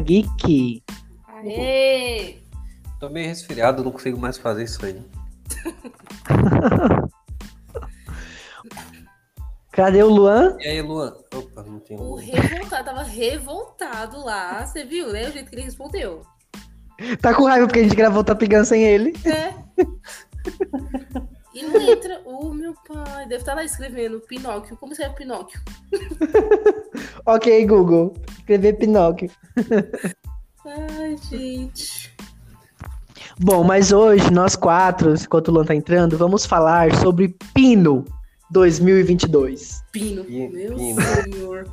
Geek. Aê! Tô meio resfriado, não consigo mais fazer isso aí. Cadê o Luan? E aí, Luan? Opa, não tem O Luan. revoltado tava revoltado lá. Você viu, né? O jeito que ele respondeu. Tá com raiva porque a gente gravou Top Gun sem ele. É. E não entra. Meu pai. Deve estar lá escrevendo Pinóquio. Como escreve Pinóquio? Ok, Google. Escrever Pinóquio. Ai, gente. Bom, mas hoje, nós quatro, enquanto o Luan tá entrando, vamos falar sobre Pino 2022. Pino. Pino. Meu senhor.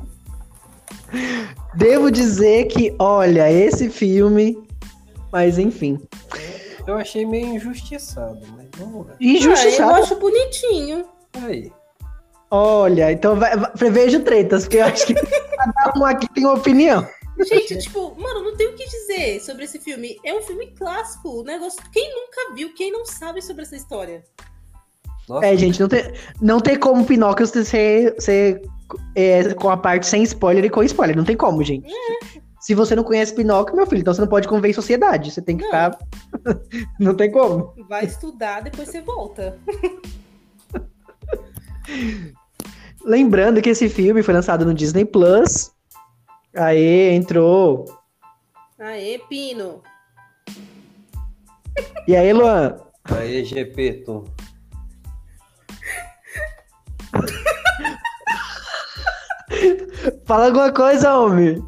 Devo dizer que, olha, esse filme... Mas, enfim. Eu achei meio injustiçado, mas vamos lá. Eu Injustiçado. acho bonitinho. Aí. Olha, então prevejo tretas, porque eu acho que cada um aqui tem uma opinião. Gente, tipo, mano, não tem o que dizer sobre esse filme. É um filme clássico. O negócio. Quem nunca viu, quem não sabe sobre essa história? Nossa, É, gente, não tem como Pinóquio ser com a parte sem spoiler e com spoiler. Não tem como, gente. Se você não conhece Pinóquio, meu filho, então você não pode conviver em sociedade. Você tem que Não. ficar... Não tem como. Vai estudar, depois você volta. Lembrando que esse filme foi lançado no Disney Plus. Aí entrou. Aê, Pino. E aí, Luan? Aí, GP, tu. Fala alguma coisa, homem.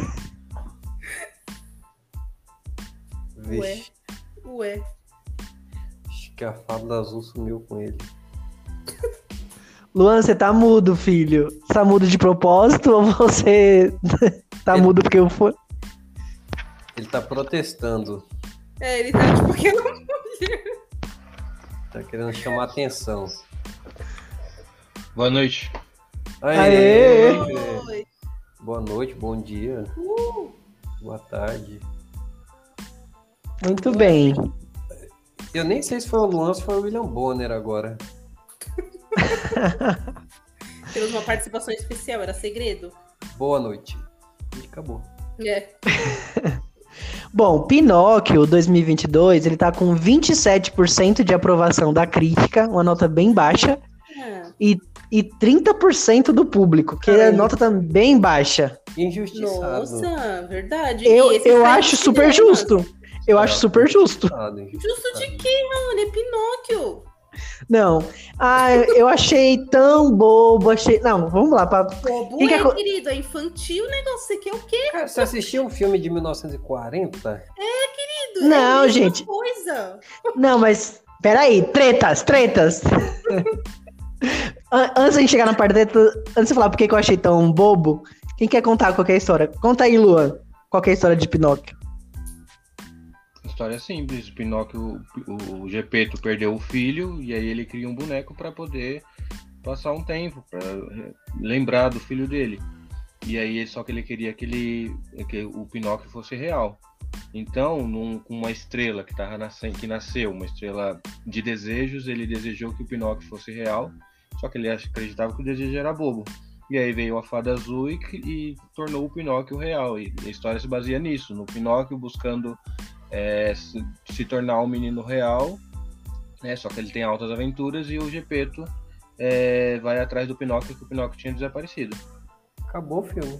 Vixe, Ué. acho que a Fábula Azul sumiu com ele. Luan, você tá mudo, filho. Você tá mudo de propósito ou você tá mudo porque eu fui? Ele tá protestando. É, ele tá tipo aquela mulher. Tá querendo chamar atenção. Boa noite. Aê! Oi. Boa noite, bom dia, boa tarde. Muito bem. Eu nem sei se foi o Luan ou se foi o William Bonner agora. Temos uma participação especial, era segredo. Boa noite. E acabou. É. Bom, Pinóquio 2022, ele tá com 27% de aprovação da crítica, uma nota bem baixa, Ah, e 30% do público, que a nota tá bem baixa. Injustiçado. nossa, verdade. Eu E esse saiu acho no super cinema. justo. Eu acho super justo. Justo de quê, mano? É Pinóquio. Não. Eu achei tão bobo, Não, vamos lá. Bobo Que que é, aco- querido. É infantil o negócio. Você quer o quê, Cara, você assistiu um filme de 1940? querido? Não, é a mesma gente. coisa. Não, mas... Peraí, tretas. Antes de a gente chegar na parte da treta, antes de falar por que eu achei tão bobo, quem quer contar qual que é a história? Conta aí, Luan. Qual que é a história de Pinóquio? A história é simples. Pinóquio, o Gepeto perdeu o filho e aí ele cria um boneco para poder passar um tempo, para lembrar do filho dele. E aí só que ele queria que o Pinóquio fosse real. Então, com uma estrela que nasceu, uma estrela de desejos, ele desejou que o Pinóquio fosse real, só que ele acreditava que o desejo era bobo. E aí veio a Fada Azul e tornou o Pinóquio real. E a história se baseia nisso, no Pinóquio buscando se tornar um menino real, né? Só que ele tem altas aventuras e o Gepeto vai atrás do Pinóquio, que o Pinóquio tinha desaparecido. Acabou o filme.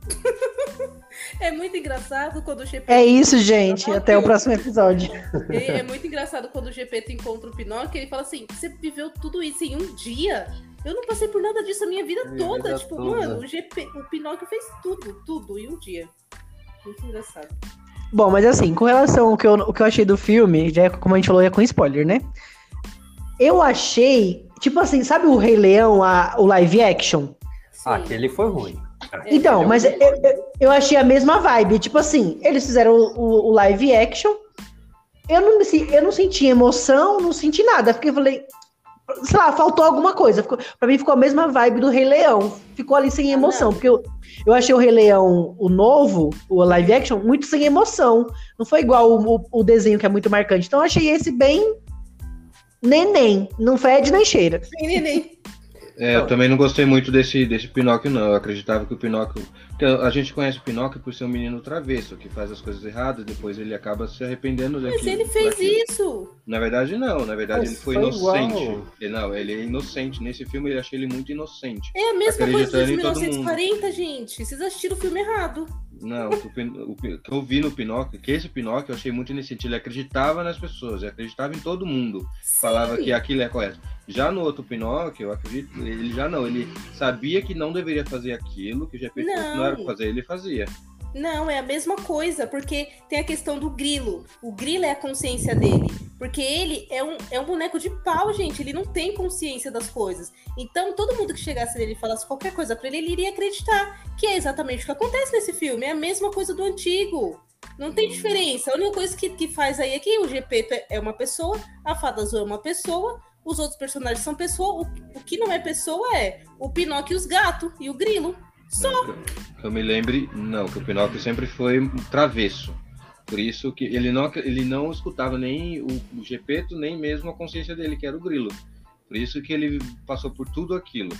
É muito engraçado quando o GP... É isso, gente. Até o próximo episódio. É muito engraçado quando o Gepeto encontra o Pinóquio e ele fala assim, você viveu tudo isso em um dia? Eu não passei por nada disso a minha vida Minha toda. vida Tipo, toda. mano, o Pinóquio fez tudo em um dia. Muito engraçado. Bom, mas assim, com relação ao que eu achei do filme, já como a gente falou, é com spoiler, né? Eu achei, tipo assim, sabe o Rei Leão, o live action? Sim. Aquele foi ruim. Então, mas eu achei a mesma vibe. Tipo assim, eles fizeram o live action. Eu não senti emoção, não senti nada. Porque eu falei, sei lá, faltou alguma coisa. Pra mim ficou a mesma vibe do Rei Leão. Ficou ali sem emoção. Porque eu achei o Rei Leão, o novo, o live action, muito sem emoção. Não foi igual o desenho, que é muito marcante. Então eu achei esse bem neném. Não fede nem cheira. Neném. Eu também não gostei muito desse Pinóquio, não. Eu acreditava que o Pinóquio... Porque a gente conhece o Pinóquio por ser um menino travesso, que faz as coisas erradas, depois ele acaba se arrependendo daquilo. Mas ele fez isso! Na verdade, não. Na verdade, Mas ele foi foi inocente. igual. Ele é inocente. Nesse filme, eu achei ele muito inocente. É a mesma coisa de Acreditando em todo mundo. 1940, gente. Vocês assistiram o filme errado. Não, o que eu vi no Pinóquio, que esse Pinóquio eu achei muito inocente. Ele acreditava nas pessoas, ele acreditava em todo mundo. Falava que aquilo é correto. Já no outro Pinóquio, eu acredito, ele já não. Ele sabia que não deveria fazer aquilo, que o GP não era pra fazer, ele fazia. Não, é a mesma coisa, porque tem a questão do grilo. O grilo é a consciência dele. Porque ele é um boneco de pau, gente. Ele não tem consciência das coisas. Então, todo mundo que chegasse nele e falasse qualquer coisa pra ele iria acreditar. Que é exatamente o que acontece nesse filme. É a mesma coisa do antigo. Não tem diferença. A única coisa que faz aí é que o Gepeto é uma pessoa, a Fada Azul é uma pessoa, os outros personagens são pessoa. O que não é pessoa é o Pinóquio e os gatos e o grilo. Só. Que eu me lembre, não, que o Pinóquio sempre foi um travesso. Por isso que ele não escutava nem o Gepeto, nem mesmo a consciência dele, que era o grilo. Por isso que ele passou por tudo aquilo.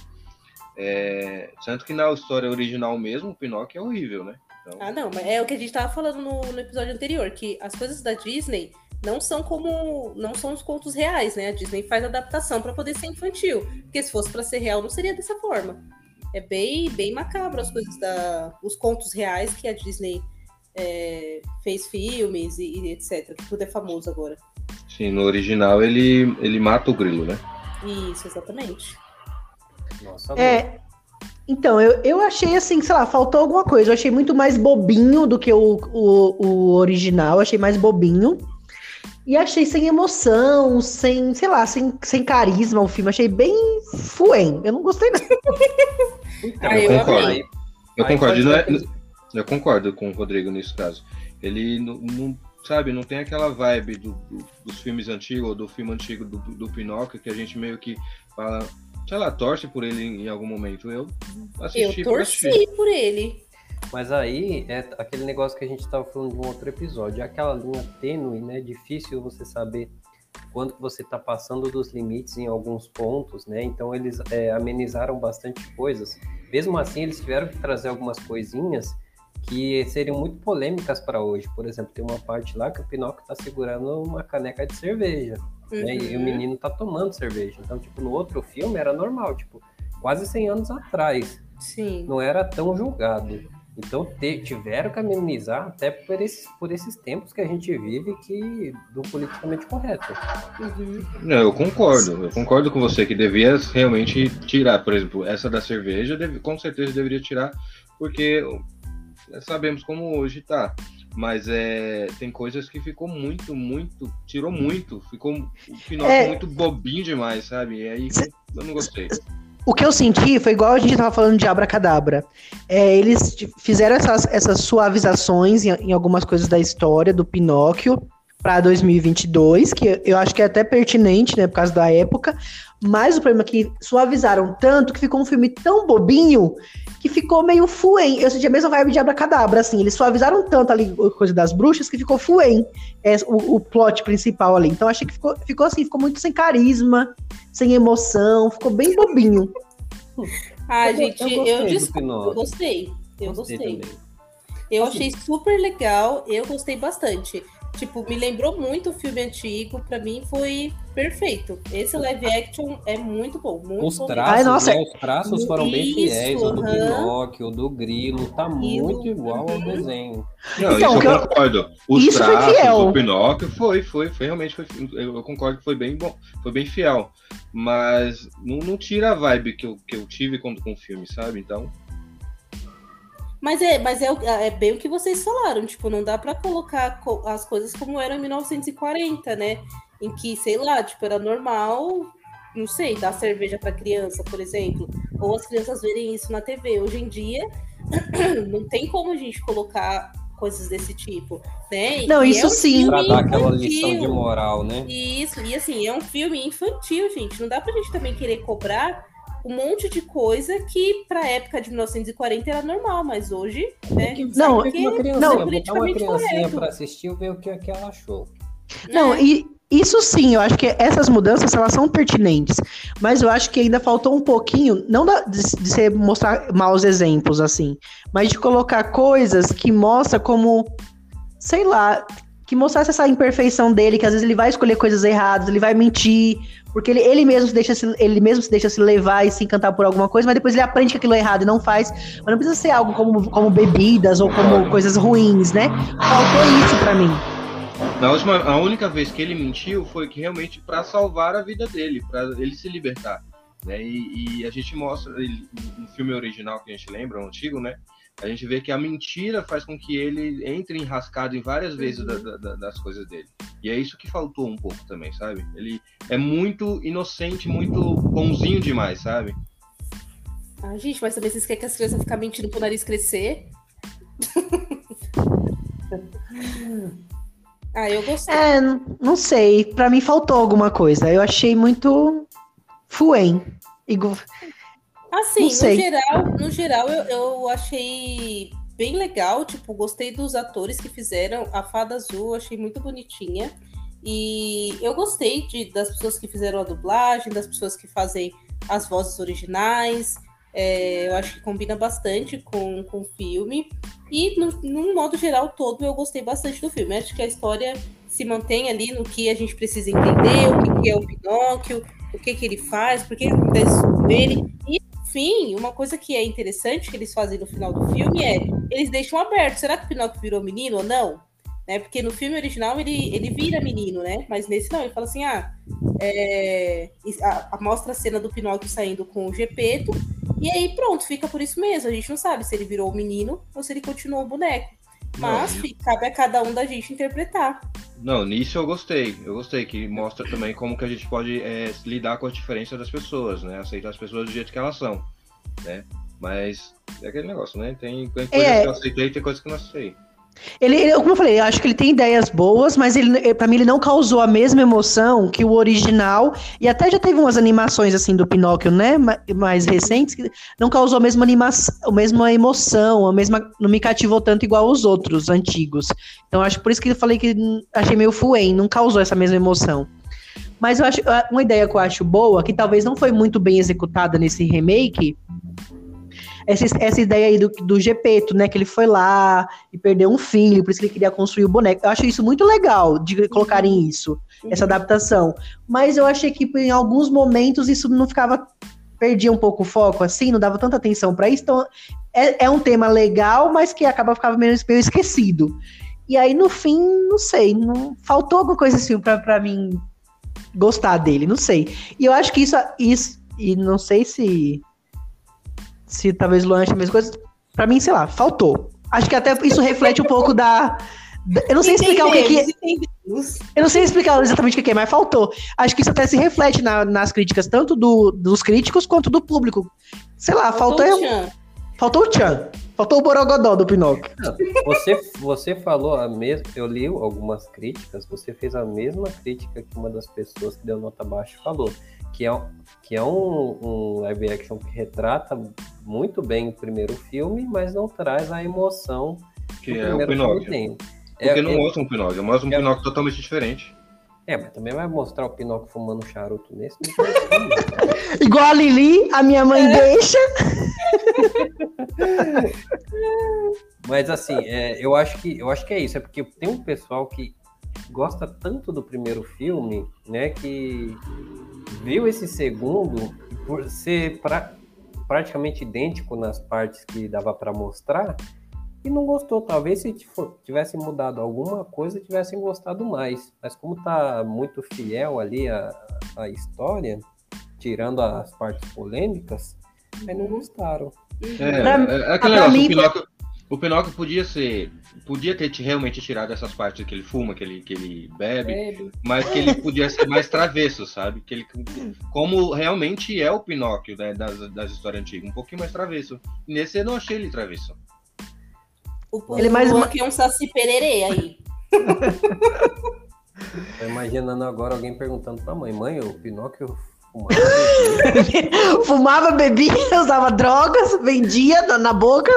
Tanto que na história original mesmo, o Pinóquio é horrível, né? Então... Ah, não, mas é o que a gente tava falando no episódio anterior, que as coisas da Disney não são os contos reais, né? A Disney faz adaptação para poder ser infantil. Porque se fosse para ser real, não seria dessa forma. É bem, bem macabro as coisas os contos reais que a Disney fez filmes e etc. Que tudo é famoso agora. Sim, no original ele mata o grilo, né? Isso, exatamente. Nossa, Então, eu achei assim, sei lá, faltou alguma coisa. Eu achei muito mais bobinho do que o original. Eu achei mais bobinho. E achei sem emoção, sem, sei lá, sem carisma o filme. Achei bem fuém. Eu não gostei, não. Então, eu concordo. Eu concordo com o Rodrigo nesse caso. Ele não sabe, não tem aquela vibe dos filmes antigos, ou do filme antigo do Pinóquio, que a gente meio que fala, sei lá, torce por ele em algum momento. Eu torci por ele. Mas aí é aquele negócio que a gente estava falando de um outro episódio, é aquela linha tênue, né? Difícil você saber quando que você está passando dos limites em alguns pontos, né? Então eles amenizaram bastante coisas. Mesmo assim, eles tiveram que trazer algumas coisinhas que seriam muito polêmicas para hoje. Por exemplo, tem uma parte lá que o Pinóquio está segurando uma caneca de cerveja, né? E o menino está tomando cerveja. Então, tipo, no outro filme era normal, tipo, quase 100 anos atrás. Sim. Não era tão julgado. Então tiveram que amenizar até por esses tempos que a gente vive do politicamente correto. Eu concordo com você que devia realmente tirar, por exemplo, essa da cerveja, com certeza deveria tirar, porque sabemos como hoje tá, mas tem coisas que ficou tirou muito, ficou o Pinóquio muito bobinho demais, sabe? E aí eu não gostei. O que eu senti foi igual a gente tava falando de Abracadabra. Eles fizeram essas suavizações em algumas coisas da história do Pinóquio para 2022, que eu acho que é até pertinente, né, por causa da época. Mas o problema é que suavizaram tanto que ficou um filme tão bobinho que ficou meio fuém. Eu senti a mesma vibe de Abracadabra, assim. Eles suavizaram tanto ali a coisa das bruxas que ficou fuém. O plot principal ali. Então achei que ficou assim, ficou muito sem carisma, sem emoção, ficou bem bobinho. Gente, eu gostei. Eu gostei. Também. Eu achei super legal, eu gostei bastante. Tipo, me lembrou muito o filme antigo, pra mim foi perfeito. Esse live action é muito bom. Os traços foram bem fiéis, o do Pinóquio, o do Grilo, tá muito igual ao desenho. Não, então, isso eu concordo. Os traços do Pinóquio foi realmente, eu concordo que foi bem bom, foi bem fiel. Mas não tira a vibe que eu tive com o filme, sabe? Então... Mas é bem o que vocês falaram, tipo, não dá pra colocar as coisas como eram em 1940, né? Em que, sei lá, tipo, era normal, não sei, dar cerveja pra criança, por exemplo. Ou as crianças verem isso na TV. Hoje em dia, não tem como a gente colocar coisas desse tipo, né? Não, isso sim. Pra dar aquela lição de moral, né? Isso, e assim, é um filme infantil, gente. Não dá pra gente também querer cobrar um monte de coisa que pra época de 1940 era normal, mas hoje, né? Botar uma criancinha pra assistir e ver o que ela achou. Não, Isso sim, eu acho que essas mudanças, elas são pertinentes. Mas eu acho que ainda faltou um pouquinho, não de você mostrar maus exemplos, assim, mas de colocar coisas que mostra como, sei lá, que mostrasse essa imperfeição dele, que às vezes ele vai escolher coisas erradas, ele vai mentir, porque ele mesmo se deixa se levar e se encantar por alguma coisa, mas depois ele aprende que aquilo é errado e não faz. Mas não precisa ser algo como bebidas ou como coisas ruins, né? Faltou isso pra mim. A única vez que ele mentiu foi que realmente para salvar a vida dele, para ele se libertar, né? E a gente mostra no filme original que a gente lembra, o antigo, né? A gente vê que a mentira faz com que ele entre enrascado em várias vezes das coisas dele. E é isso que faltou um pouco também, sabe? Ele é muito inocente, muito bonzinho demais, sabe? Ah, gente, mas também vocês querem que as crianças fiquem mentindo pro nariz crescer? Eu gostei. Não sei. Pra mim faltou alguma coisa. Eu achei muito fuem. Assim, no geral eu achei bem legal. Tipo, gostei dos atores que fizeram. A Fada Azul, achei muito bonitinha. E eu gostei das pessoas que fizeram a dublagem, das pessoas que fazem as vozes originais. Eu acho que combina bastante com o filme. E, num modo geral todo, eu gostei bastante do filme. Acho que a história se mantém ali no que a gente precisa entender, o que é o Pinóquio, o que ele faz, por que acontece com ele. E, enfim, uma coisa que é interessante que eles fazem no final do filme eles deixam aberto. Será que o Pinóquio virou menino ou não? Né? Porque no filme original ele vira menino, né? Mas nesse não, ele fala assim, mostra a cena do Pinóquio saindo com o Gepeto, e aí pronto, fica por isso mesmo. A gente não sabe se ele virou menino ou se ele continuou boneco. Mas cabe a cada um da gente interpretar. Não, nisso eu gostei. Eu gostei, que mostra também como que a gente pode lidar com as diferenças das pessoas, né? Aceitar as pessoas do jeito que elas são, né? Mas é aquele negócio, né? Tem coisas que eu aceitei e tem coisas que eu não aceitei. Ele, como eu falei, eu acho que ele tem ideias boas, mas pra mim ele não causou a mesma emoção que o original, e até já teve umas animações assim do Pinóquio, né, mais recentes, que não causou a mesma animação, a mesma emoção, não me cativou tanto igual os outros antigos. Então acho por isso que eu falei que achei meio fuem, não causou essa mesma emoção. Mas eu acho uma ideia que eu acho boa, que talvez não foi muito bem executada nesse remake, essa ideia aí do Gepeto, né? Que ele foi lá e perdeu um filho, por isso que ele queria construir o boneco. Eu acho isso muito legal de colocarem isso, essa adaptação. Mas eu achei que em alguns momentos isso não ficava... Perdia um pouco o foco, assim, não dava tanta atenção pra isso. Então, é um tema legal, mas que ficava meio esquecido. E aí, no fim, não sei, faltou alguma coisa assim pra mim gostar dele, não sei. E eu acho que isso e não sei se talvez o Luan ache a mesma coisa, pra mim, sei lá, faltou. Acho que até isso reflete um pouco eu não sei explicar o que é. Eu não sei explicar exatamente o que é, mas faltou. Acho que isso até se reflete nas críticas, tanto dos críticos quanto do público. Sei lá, faltou o Tchan. Faltou o Borogodó do Pinóquio. Você falou a mesma... Eu li algumas críticas, você fez a mesma crítica que uma das pessoas que deu nota baixa falou. Que é um live action que retrata muito bem o primeiro filme, mas não traz a emoção que o primeiro filme tem. Porque não mostra um Pinóquio, mostra um Pinóquio totalmente diferente. Mas também vai mostrar o Pinóquio fumando charuto nesse. Igual a Lili, a minha mãe deixa. Mas assim, eu acho que é isso. É porque tem um pessoal que gosta tanto do primeiro filme, né, que viu esse segundo, por ser praticamente idêntico nas partes que dava para mostrar, e não gostou. Talvez se tivesse mudado alguma coisa, tivessem gostado mais. Mas como tá muito fiel ali a história, tirando as partes polêmicas, aí não gostaram. Aquele negócio, o Pinóquio podia ter realmente tirado essas partes que ele fuma, que ele bebe, mas que ele podia ser mais travesso, sabe? Que ele, como realmente é o Pinóquio, né, das histórias antigas, um pouquinho mais travesso. Nesse eu não achei ele travesso. Ele é mais que um saci pererê aí. Tô imaginando agora alguém perguntando pra mãe, o Pinóquio fumava, bebia, usava drogas, vendia na boca.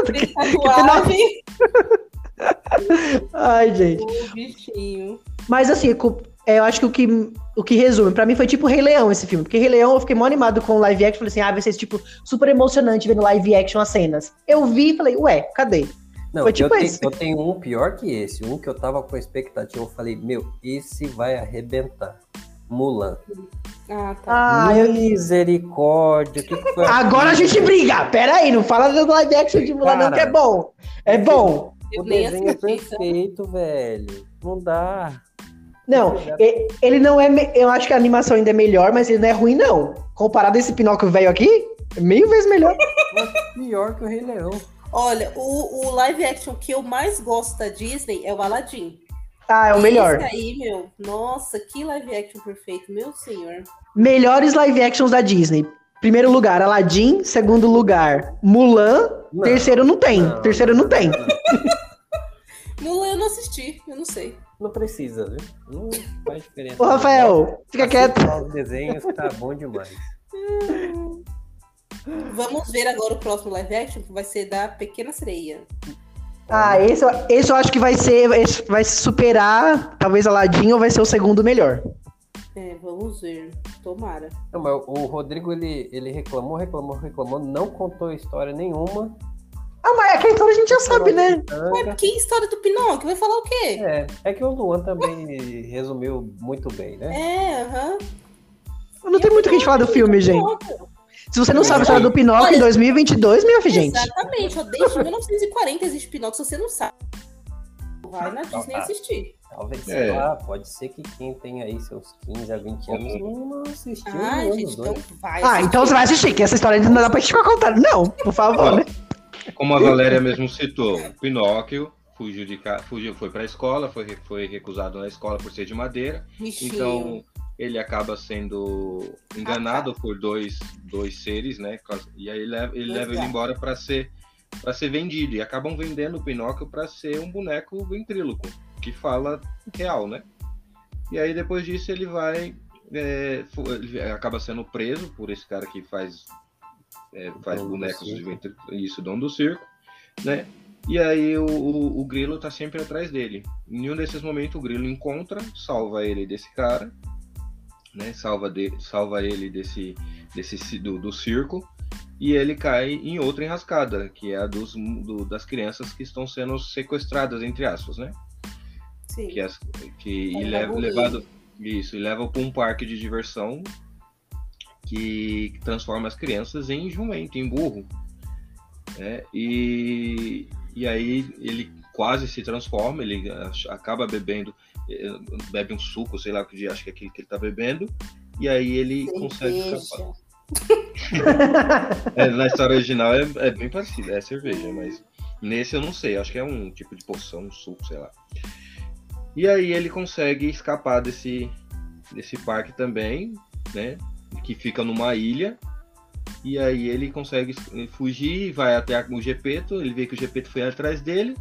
Ai, gente. O bichinho. Mas assim, eu acho que o que resume, pra mim foi tipo Rei Leão esse filme, porque Rei Leão eu fiquei mó animado com o live action, falei assim, vai ser tipo super emocionante vendo live action as cenas. Eu vi e falei, ué, cadê? Não, Foi tipo esse. Eu tenho um pior que esse, um que eu tava com expectativa, eu falei, esse vai arrebentar. Mulan. Ah, tá. Misericórdia, o que foi Agora a gente briga! Pera aí, não fala do live action de Mulan não, que é bom. É bom. O desenho é perfeito, velho. Não dá. Não, ele não é... Eu acho que a animação ainda é melhor, mas ele não é ruim, não. Comparado a esse Pinóquio velho aqui, é meio vezes melhor. Pior que o Rei Leão. Olha, o live action que eu mais gosto da Disney é o Aladdin. É o melhor. Esse aí, meu, nossa, que live action perfeito, meu senhor. Melhores live actions da Disney. Primeiro lugar, Aladdin. Segundo lugar, Mulan. Terceiro não tem. Mulan eu não assisti, eu não sei. Não precisa, viu? Não faz diferença. Ô, Rafael, fica quieto. Os desenhos tá bom demais. Vamos ver agora o próximo live action, que vai ser da Pequena Sereia. Esse eu acho que vai superar, talvez Aladdin, ou vai ser o segundo melhor. Vamos ver. Tomara. Não, mas o Rodrigo, ele reclamou, não contou história nenhuma. Mas aquela história a gente já sabe, né? Ué, que história do Pinóquio? Vai falar o quê? É que o Luan também resumiu muito bem, né? Aham. Não tem muito o que a gente falar do filme, gente. Se você não sabe a história do Pinóquio em 2022, minha gente. Exatamente, desde 1940 existe Pinóquio, se você não sabe. Vai na Disney assistir. Talvez, sei lá, pode ser que quem tem aí seus 15 a 20 anos não assistiu. Gente, então vai assistir. Então você vai assistir, que essa história não dá pra gente ficar contando. Não, por favor, né? Como a Valéria mesmo citou, Pinóquio foi pra escola, foi recusado na escola por ser de madeira. Bichinho. Então ele acaba sendo enganado por dois seres, né? E aí ele leva ele embora para ser vendido. E acabam vendendo o Pinóquio para ser um boneco ventríloco, que fala real, né? E aí depois disso ele ele acaba sendo preso por esse cara que faz bonecos de ventríloco, isso, dono do circo, né? E aí o Grilo tá sempre atrás dele. Em um desses momentos o Grilo salva ele desse cara, né? Salva ele do circo, e ele cai em outra enrascada, que é a das crianças que estão sendo sequestradas, entre aspas, né? Sim. E leva para um parque de diversão que transforma as crianças em jumento, em burro, né? E aí ele quase se transforma, ele acaba bebe um suco, sei lá o que acho que é aquilo que ele tá bebendo, e aí ele consegue escapar. Na história original é bem parecido, é cerveja, mas nesse eu não sei, acho que é um tipo de poção, um suco, sei lá. E aí ele consegue escapar desse parque também, né? Que fica numa ilha. E aí ele consegue fugir, vai até o Gepeto, ele vê que o Gepeto foi atrás dele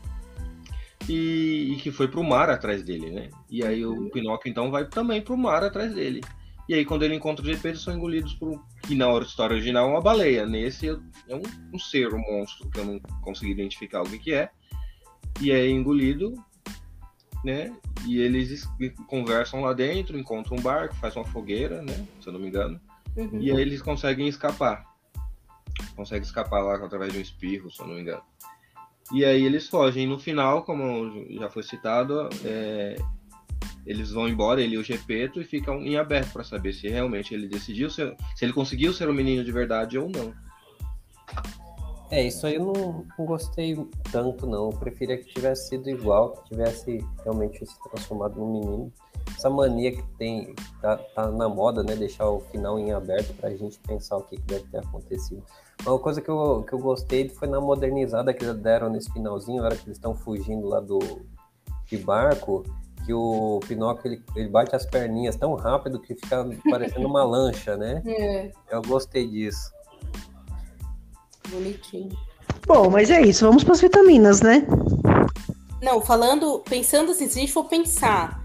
e que foi pro mar atrás dele, né? E aí o Pinóquio então vai também pro mar atrás dele. E aí quando ele encontra o Gepeto, são engolidos que na história original é uma baleia. Nesse é um ser, um monstro, que eu não consegui identificar o que é. E é engolido, né? E eles conversam lá dentro, encontram um barco, faz uma fogueira, né? Se eu não me engano. Uhum. E aí eles conseguem escapar. Conseguem escapar lá através de um espirro, se eu não me engano. E aí eles fogem. No final, como já foi citado, eles vão embora, ele e o Gepeto, e ficam em aberto para saber se realmente ele decidiu se ele conseguiu ser um menino de verdade ou não. Isso aí eu não gostei tanto, não. Eu preferia que tivesse sido igual, que tivesse realmente se transformado num menino. Essa mania que tem, tá na moda, né? Deixar o final em aberto pra gente pensar o que deve ter acontecido. Uma coisa que eu gostei foi na modernizada que eles deram nesse finalzinho, na hora que eles estão fugindo lá de barco, que o Pinóquio ele bate as perninhas tão rápido que fica parecendo uma lancha, né? Eu gostei disso. Bonitinho. Bom, mas é isso, vamos para as vitaminas, né? Não, pensando assim, se a gente for pensar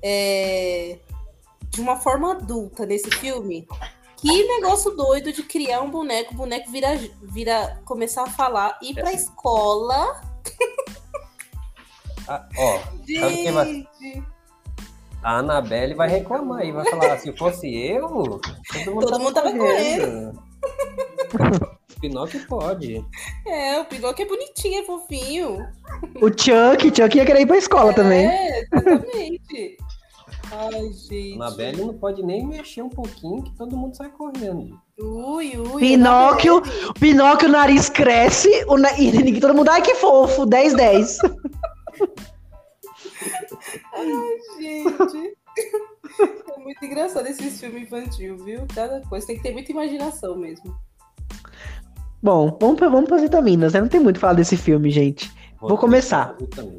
de uma forma adulta nesse filme, que negócio doido de criar um boneco, o boneco começar a falar, ir pra escola. Sabe A Annabelle vai reclamar e vai falar, se fosse eu, Todo mundo tava correndo. O Pinóquio pode. O Pinóquio é bonitinho, é fofinho. O Chuck ia querer ir pra escola também. Exatamente. Ai, gente. A Annabelle não pode nem mexer um pouquinho que todo mundo sai correndo. Ui. Pinóquio, o nariz cresce, e todo mundo, ai que fofo, 10-10. Ai, gente. É muito engraçado esses filmes infantil, viu? Cada coisa. Tem que ter muita imaginação mesmo. Bom, vamos para as vitaminas, né? Não tem muito o que falar desse filme, gente. Vou começar.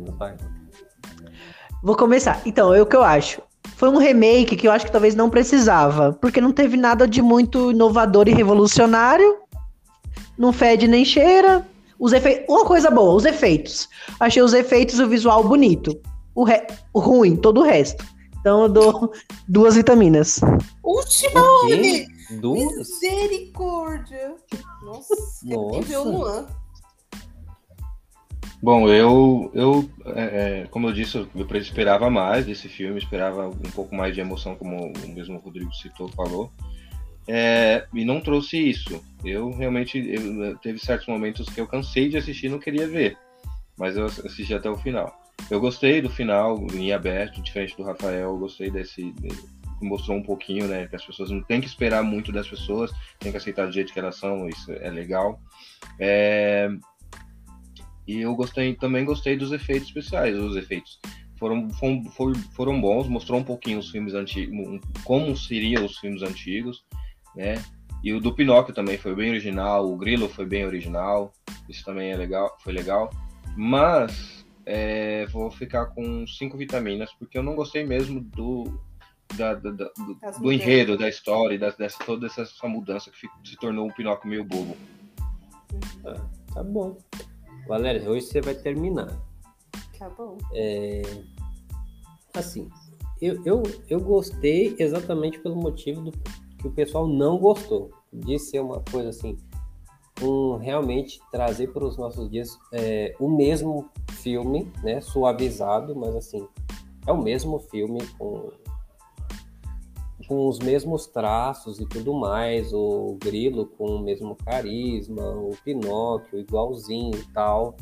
Então, o que eu acho? Foi um remake que eu acho que talvez não precisava, porque não teve nada de muito inovador e revolucionário. Não fede nem cheira. Uma coisa boa, os efeitos. Achei os efeitos e o visual bonito. O ruim, todo o resto. Então eu dou 2 vitaminas. Ultimone! 2? Misericórdia! Nossa. Viu Luan. Bom, como eu disse, eu esperava mais desse filme, esperava um pouco mais de emoção, como o mesmo Rodrigo falou. E não trouxe isso. Eu realmente teve certos momentos que eu cansei de assistir e não queria ver, mas eu assisti até o final. Eu gostei do final em aberto, diferente do Rafael. Eu gostei mostrou um pouquinho, né, que as pessoas não tem que esperar muito das pessoas, tem que aceitar do jeito que elas são, isso é legal. E eu também gostei dos efeitos especiais. Os efeitos foram bons, mostrou um pouquinho os filmes antigos, como seriam os filmes antigos, né? E o do Pinóquio também foi bem original, o Grilo foi bem original, isso também foi legal. Mas vou ficar com 5 vitaminas, porque eu não gostei mesmo do enredo, da história, toda essa mudança que se tornou um Pinóquio meio bobo. Tá bom. Valéria, hoje você vai terminar. Tá bom. Assim, eu gostei exatamente pelo motivo que o pessoal não gostou. De ser uma coisa assim, realmente trazer para os nossos dias o mesmo filme, né? Suavizado, mas assim, é o mesmo filme com os mesmos traços e tudo mais, o Grilo com o mesmo carisma, o Pinóquio igualzinho e tal.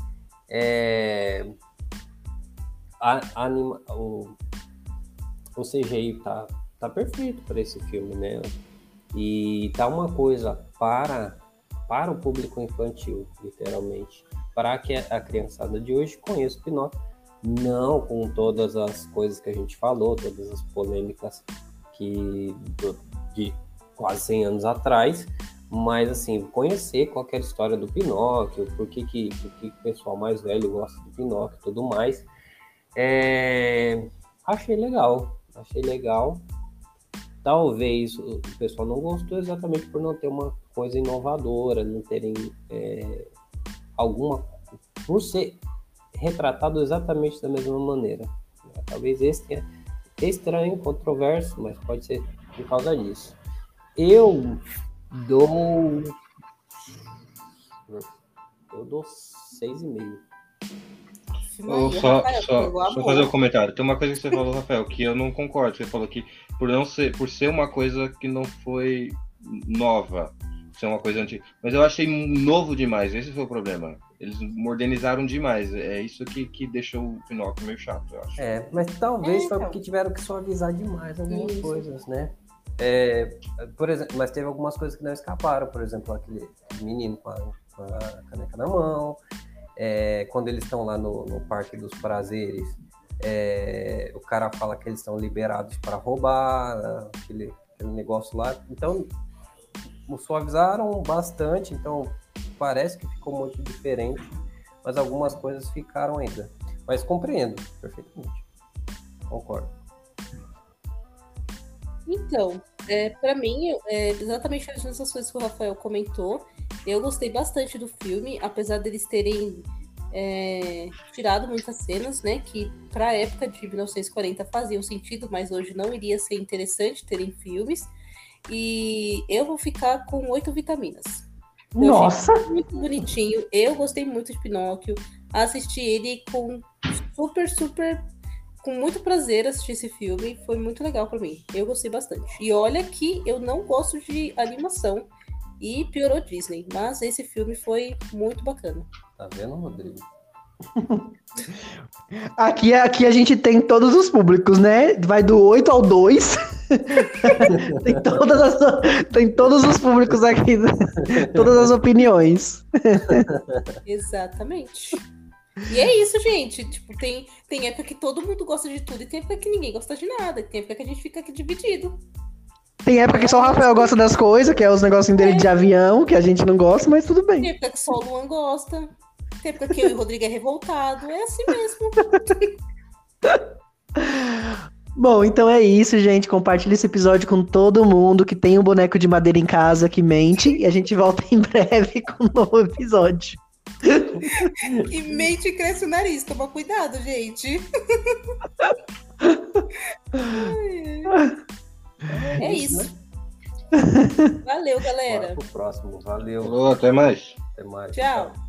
O CGI tá perfeito para esse filme, né? E tá uma coisa para o público infantil, literalmente, para que a criançada de hoje conheça o Pinóquio, não com todas as coisas que a gente falou, todas as polêmicas de quase 100 anos atrás, mas assim, conhecer qualquer história do Pinóquio, por que o pessoal mais velho gosta do Pinóquio e tudo mais. Achei legal. Talvez o pessoal não gostou exatamente por não ter uma coisa inovadora, não terem por ser retratado exatamente da mesma maneira. Talvez esse tenha estranho, controverso, mas pode ser por causa disso. Eu dou 6,5. Só fazer um comentário. Tem uma coisa que você falou, Rafael, que eu não concordo. Você falou que por ser uma coisa que não foi nova, ser uma coisa antiga. Mas eu achei novo demais. Esse foi o problema. Eles modernizaram demais. É isso que deixou o Pinóquio meio chato, eu acho. Mas talvez foi porque tiveram que suavizar demais algumas coisas, né? Por exemplo, mas teve algumas coisas que não escaparam. Por exemplo, aquele menino com a caneca na mão. Quando eles estão lá no Parque dos Prazeres, o cara fala que eles estão liberados para roubar, aquele negócio lá. Então, suavizaram bastante, então parece que ficou muito diferente, mas algumas coisas ficaram ainda. Mas compreendo perfeitamente. Concordo. Então, para mim, exatamente as mesmas coisas que o Rafael comentou. Eu gostei bastante do filme, apesar deles terem tirado muitas cenas, né, que para a época de 1940 faziam sentido, mas hoje não iria ser interessante terem filmes. E eu vou ficar com 8 vitaminas. Nossa! Muito bonitinho. Eu gostei muito de Pinóquio. Assisti ele com super com muito prazer assistir esse filme. Foi muito legal pra mim. Eu gostei bastante. E olha que eu não gosto de animação. E piorou Disney. Mas esse filme foi muito bacana. Tá vendo, Rodrigo? Aqui a gente tem todos os públicos, né? Vai do 8 ao 2. Tem todos os públicos aqui, todas as opiniões. Exatamente. E é isso, gente. Tipo, tem época que todo mundo gosta de tudo e tem época que ninguém gosta de nada. Tem época que a gente fica aqui dividido. Tem época que só o Rafael gosta das coisas, que é os negocinhos dele de avião, que a gente não gosta, mas tudo Tem bem. época que só o Luan gosta. Tem época que eu e o Rodrigo é revoltado. É assim mesmo. Bom, então é isso, gente. Compartilha esse episódio com todo mundo que tem um boneco de madeira em casa que mente. E a gente volta em breve com um novo episódio. E mente e cresce o nariz. Toma cuidado, gente. É isso. Valeu, galera. Bora pro próximo. Valeu. Falou, até mais. Até mais. Tchau.